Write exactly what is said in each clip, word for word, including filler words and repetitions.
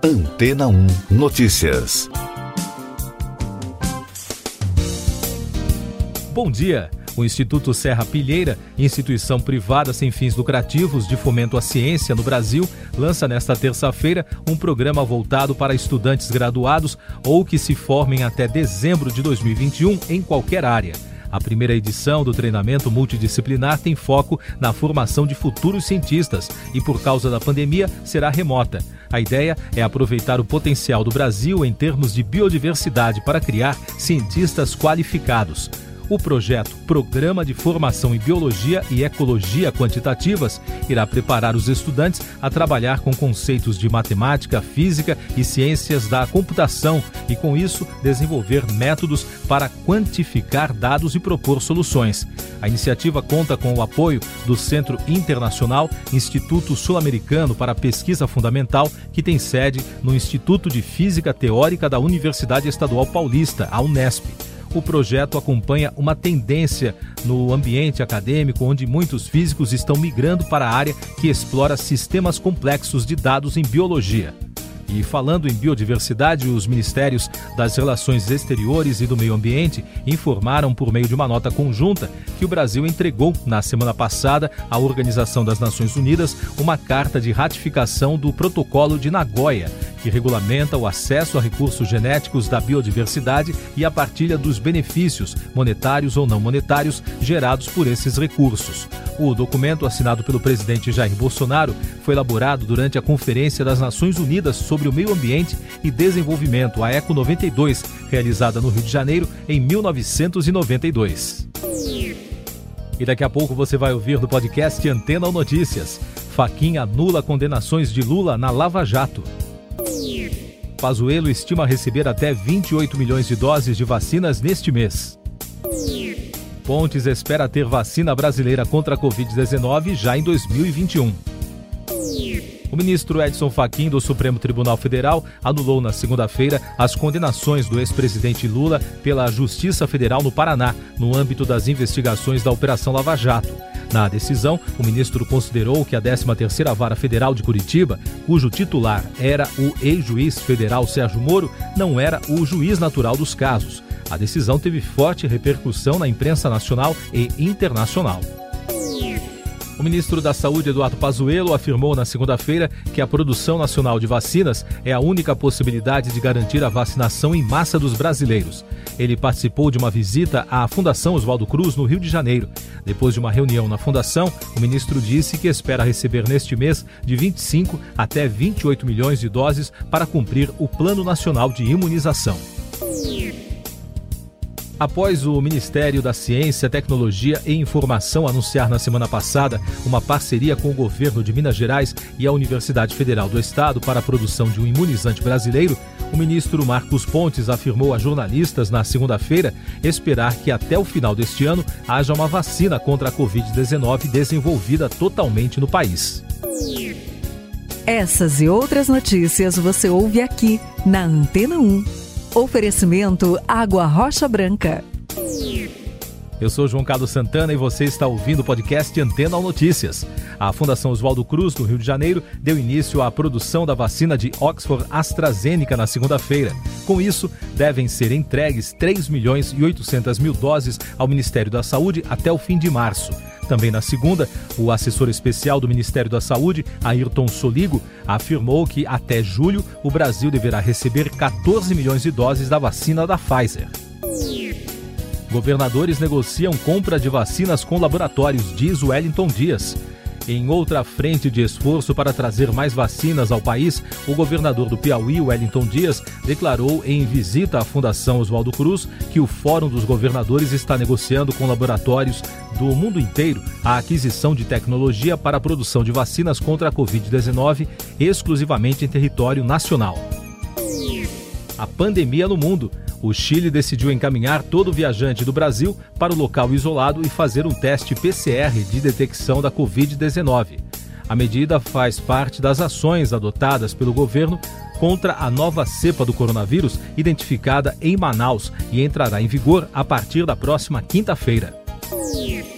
Antena um Notícias. Bom dia! O Instituto Serra Pilheira, instituição privada sem fins lucrativos de fomento à ciência no Brasil, lança nesta terça-feira um programa voltado para estudantes graduados ou que se formem até dezembro de dois mil e vinte e um em qualquer área. A primeira edição do treinamento multidisciplinar tem foco na formação de futuros cientistas e, por causa da pandemia, será remota. A ideia é aproveitar o potencial do Brasil em termos de biodiversidade para criar cientistas qualificados. O projeto Programa de Formação em Biologia e Ecologia Quantitativas irá preparar os estudantes a trabalhar com conceitos de matemática, física e ciências da computação e, com isso, desenvolver métodos para quantificar dados e propor soluções. A iniciativa conta com o apoio do Centro Internacional Instituto Sul-Americano para a Pesquisa Fundamental, que tem sede no Instituto de Física Teórica da Universidade Estadual Paulista, a Unesp. O projeto acompanha uma tendência no ambiente acadêmico, onde muitos físicos estão migrando para a área que explora sistemas complexos de dados em biologia. E falando em biodiversidade, os Ministérios das Relações Exteriores e do Meio Ambiente informaram por meio de uma nota conjunta que o Brasil entregou na semana passada à Organização das Nações Unidas uma carta de ratificação do Protocolo de Nagoya, que regulamenta o acesso a recursos genéticos da biodiversidade e a partilha dos benefícios, monetários ou não monetários, gerados por esses recursos. O documento, assinado pelo presidente Jair Bolsonaro, foi elaborado durante a Conferência das Nações Unidas sobre o Meio Ambiente e Desenvolvimento, a ECO noventa e dois, realizada no Rio de Janeiro em mil novecentos e noventa e dois. E daqui a pouco você vai ouvir no podcast Antena um Notícias. Fachin anula condenações de Lula na Lava Jato. Pazuello estima receber até vinte e oito milhões de doses de vacinas neste mês. Pontes espera ter vacina brasileira contra a covid dezenove já em dois mil e vinte e um. O ministro Edson Fachin do Supremo Tribunal Federal anulou na segunda-feira as condenações do ex-presidente Lula pela Justiça Federal no Paraná, no âmbito das investigações da Operação Lava Jato. Na decisão, o ministro considerou que a décima terceira Vara Federal de Curitiba, cujo titular era o ex-juiz federal Sérgio Moro, não era o juiz natural dos casos. A decisão teve forte repercussão na imprensa nacional e internacional. O ministro da Saúde, Eduardo Pazuello, afirmou na segunda-feira que a produção nacional de vacinas é a única possibilidade de garantir a vacinação em massa dos brasileiros. Ele participou de uma visita à Fundação Oswaldo Cruz, no Rio de Janeiro. Depois de uma reunião na fundação, o ministro disse que espera receber neste mês de vinte e cinco até vinte e oito milhões de doses para cumprir o Plano Nacional de Imunização. Após o Ministério da Ciência, Tecnologia e Informação anunciar na semana passada uma parceria com o governo de Minas Gerais e a Universidade Federal do Estado para a produção de um imunizante brasileiro, o ministro Marcos Pontes afirmou a jornalistas na segunda-feira esperar que até o final deste ano haja uma vacina contra a covid dezenove desenvolvida totalmente no país. Essas e outras notícias você ouve aqui na Antena um. Oferecimento Água Rocha Branca. Eu sou João Carlos Santana e você está ouvindo o podcast Antena um Notícias. A Fundação Oswaldo Cruz, no Rio de Janeiro, deu início à produção da vacina de Oxford AstraZeneca na segunda-feira. Com isso, devem ser entregues três milhões e oitocentas mil doses ao Ministério da Saúde até o fim de março. Também na segunda, o assessor especial do Ministério da Saúde, Ayrton Soligo, afirmou que até julho o Brasil deverá receber quatorze milhões de doses da vacina da Pfizer. Governadores negociam compra de vacinas com laboratórios, diz Wellington Dias. Em outra frente de esforço para trazer mais vacinas ao país, o governador do Piauí, Wellington Dias, declarou em visita à Fundação Oswaldo Cruz que o Fórum dos Governadores está negociando com laboratórios do mundo inteiro a aquisição de tecnologia para a produção de vacinas contra a covid dezenove exclusivamente em território nacional. A pandemia no mundo. O Chile decidiu encaminhar todo viajante do Brasil para o local isolado e fazer um teste P C R de detecção da covid dezenove. A medida faz parte das ações adotadas pelo governo contra a nova cepa do coronavírus identificada em Manaus e entrará em vigor a partir da próxima quinta-feira.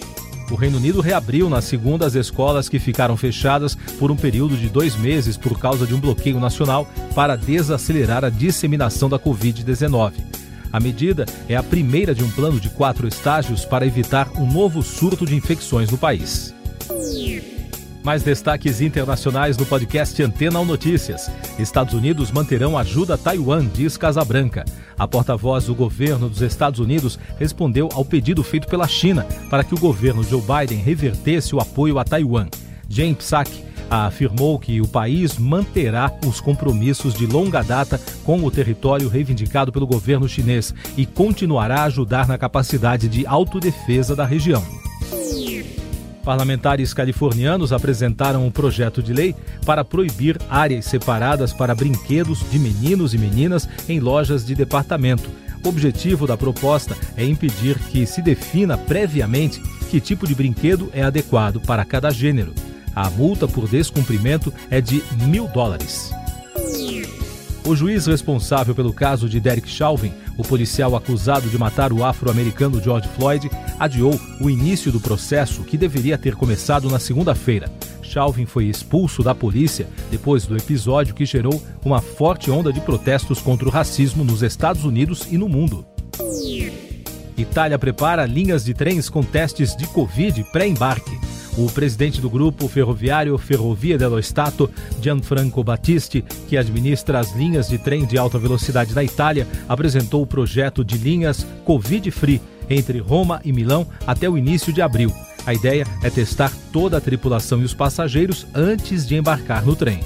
O Reino Unido reabriu na segunda as escolas que ficaram fechadas por um período de dois meses por causa de um bloqueio nacional para desacelerar a disseminação da covid dezenove. A medida é a primeira de um plano de quatro estágios para evitar um novo surto de infecções no país. Mais destaques internacionais no podcast Antena um Notícias. Estados Unidos manterão ajuda a Taiwan, diz Casa Branca. A porta-voz do governo dos Estados Unidos respondeu ao pedido feito pela China para que o governo Joe Biden revertesse o apoio a Taiwan. Jen Psaki afirmou que o país manterá os compromissos de longa data com o território reivindicado pelo governo chinês e continuará a ajudar na capacidade de autodefesa da região. Parlamentares californianos apresentaram um projeto de lei para proibir áreas separadas para brinquedos de meninos e meninas em lojas de departamento. O objetivo da proposta é impedir que se defina previamente que tipo de brinquedo é adequado para cada gênero. A multa por descumprimento é de mil dólares. O juiz responsável pelo caso de Derek Chauvin, o policial acusado de matar o afro-americano George Floyd, adiou o início do processo que deveria ter começado na segunda-feira. Chauvin foi expulso da polícia depois do episódio que gerou uma forte onda de protestos contra o racismo nos Estados Unidos e no mundo. Itália prepara linhas de trens com testes de Covid pré-embarque. O presidente do grupo ferroviário Ferrovie dello Stato, Gianfranco Battisti, que administra as linhas de trem de alta velocidade na Itália, apresentou o projeto de linhas Covid-Free entre Roma e Milão até o início de abril. A ideia é testar toda a tripulação e os passageiros antes de embarcar no trem.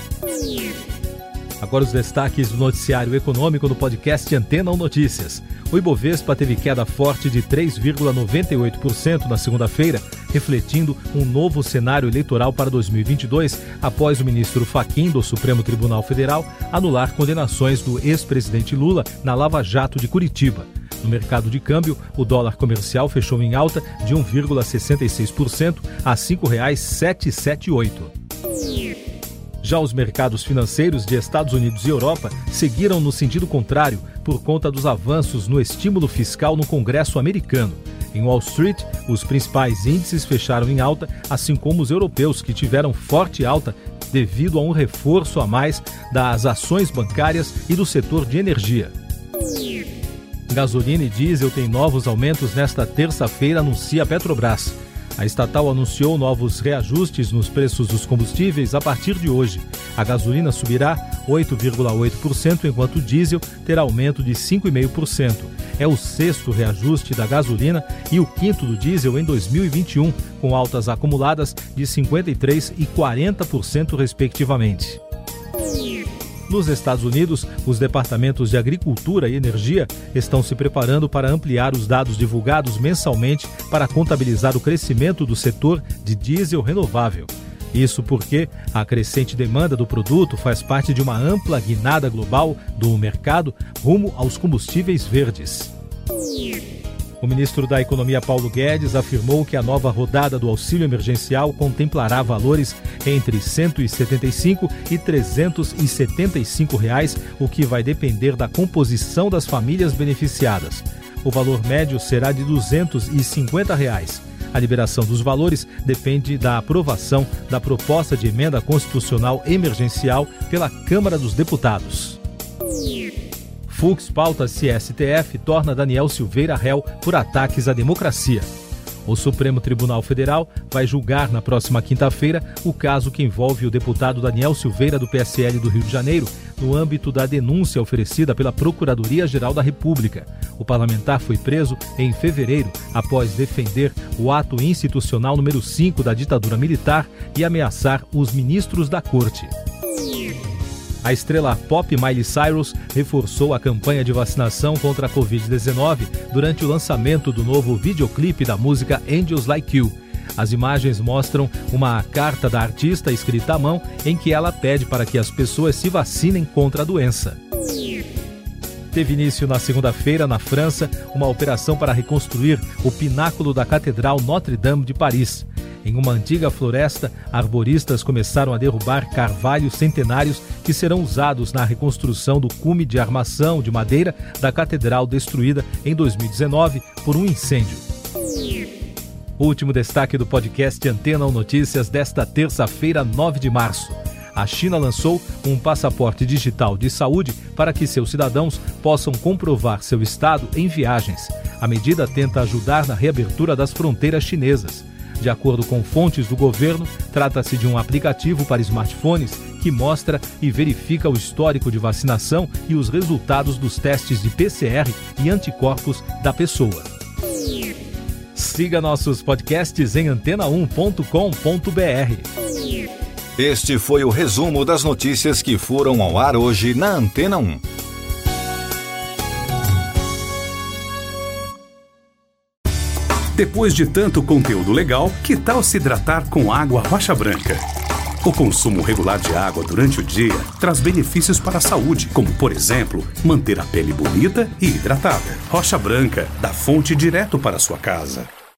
Agora os destaques do noticiário econômico no podcast Antena um Notícias. O Ibovespa teve queda forte de três vírgula noventa e oito por cento na segunda-feira, refletindo um novo cenário eleitoral para dois mil e vinte e dois, após o ministro Fachin do Supremo Tribunal Federal anular condenações do ex-presidente Lula na Lava Jato de Curitiba. No mercado de câmbio, o dólar comercial fechou em alta de um vírgula sessenta e seis por cento a cinco reais setecentos e setenta e oito centavos. Já os mercados financeiros de Estados Unidos e Europa seguiram no sentido contrário por conta dos avanços no estímulo fiscal no Congresso americano. Em Wall Street, os principais índices fecharam em alta, assim como os europeus, que tiveram forte alta devido a um reforço a mais das ações bancárias e do setor de energia. Gasolina e diesel têm novos aumentos nesta terça-feira, anuncia a Petrobras. A estatal anunciou novos reajustes nos preços dos combustíveis a partir de hoje. A gasolina subirá oito vírgula oito por cento, enquanto o diesel terá aumento de cinco vírgula cinco por cento. É o sexto reajuste da gasolina e o quinto do diesel em dois mil e vinte e um, com altas acumuladas de cinquenta e três por cento e quarenta por cento, respectivamente. Nos Estados Unidos, os departamentos de Agricultura e Energia estão se preparando para ampliar os dados divulgados mensalmente para contabilizar o crescimento do setor de diesel renovável. Isso porque a crescente demanda do produto faz parte de uma ampla guinada global do mercado rumo aos combustíveis verdes. O ministro da Economia, Paulo Guedes, afirmou que a nova rodada do auxílio emergencial contemplará valores entre cento e setenta e cinco e trezentos e setenta e cinco reais, o que vai depender da composição das famílias beneficiadas. O valor médio será de duzentos e cinquenta reais. A liberação dos valores depende da aprovação da proposta de emenda constitucional emergencial pela Câmara dos Deputados. Fux pauta se S T F torna Daniel Silveira réu por ataques à democracia. O Supremo Tribunal Federal vai julgar na próxima quinta-feira o caso que envolve o deputado Daniel Silveira do P S L do Rio de Janeiro, no âmbito da denúncia oferecida pela Procuradoria-Geral da República. O parlamentar foi preso em fevereiro após defender o ato institucional número cinco da ditadura militar e ameaçar os ministros da corte. A estrela pop Miley Cyrus reforçou a campanha de vacinação contra a covid dezenove durante o lançamento do novo videoclipe da música Angels Like You. As imagens mostram uma carta da artista escrita à mão em que ela pede para que as pessoas se vacinem contra a doença. Teve início na segunda-feira, na França, uma operação para reconstruir o pináculo da Catedral Notre-Dame de Paris. Em uma antiga floresta, arboristas começaram a derrubar carvalhos centenários que serão usados na reconstrução do cume de armação de madeira da catedral destruída em dois mil e dezenove por um incêndio. Último destaque do podcast Antena um Notícias desta terça-feira, nove de março. A China lançou um passaporte digital de saúde para que seus cidadãos possam comprovar seu estado em viagens. A medida tenta ajudar na reabertura das fronteiras chinesas. De acordo com fontes do governo, trata-se de um aplicativo para smartphones que mostra e verifica o histórico de vacinação e os resultados dos testes de P C R e anticorpos da pessoa. Siga nossos podcasts em antena um ponto com ponto b r. Este foi o resumo das notícias que foram ao ar hoje na Antena um. Depois de tanto conteúdo legal, que tal se hidratar com água Rocha Branca? O consumo regular de água durante o dia traz benefícios para a saúde, como, por exemplo, manter a pele bonita e hidratada. Rocha Branca, da fonte direto para a sua casa.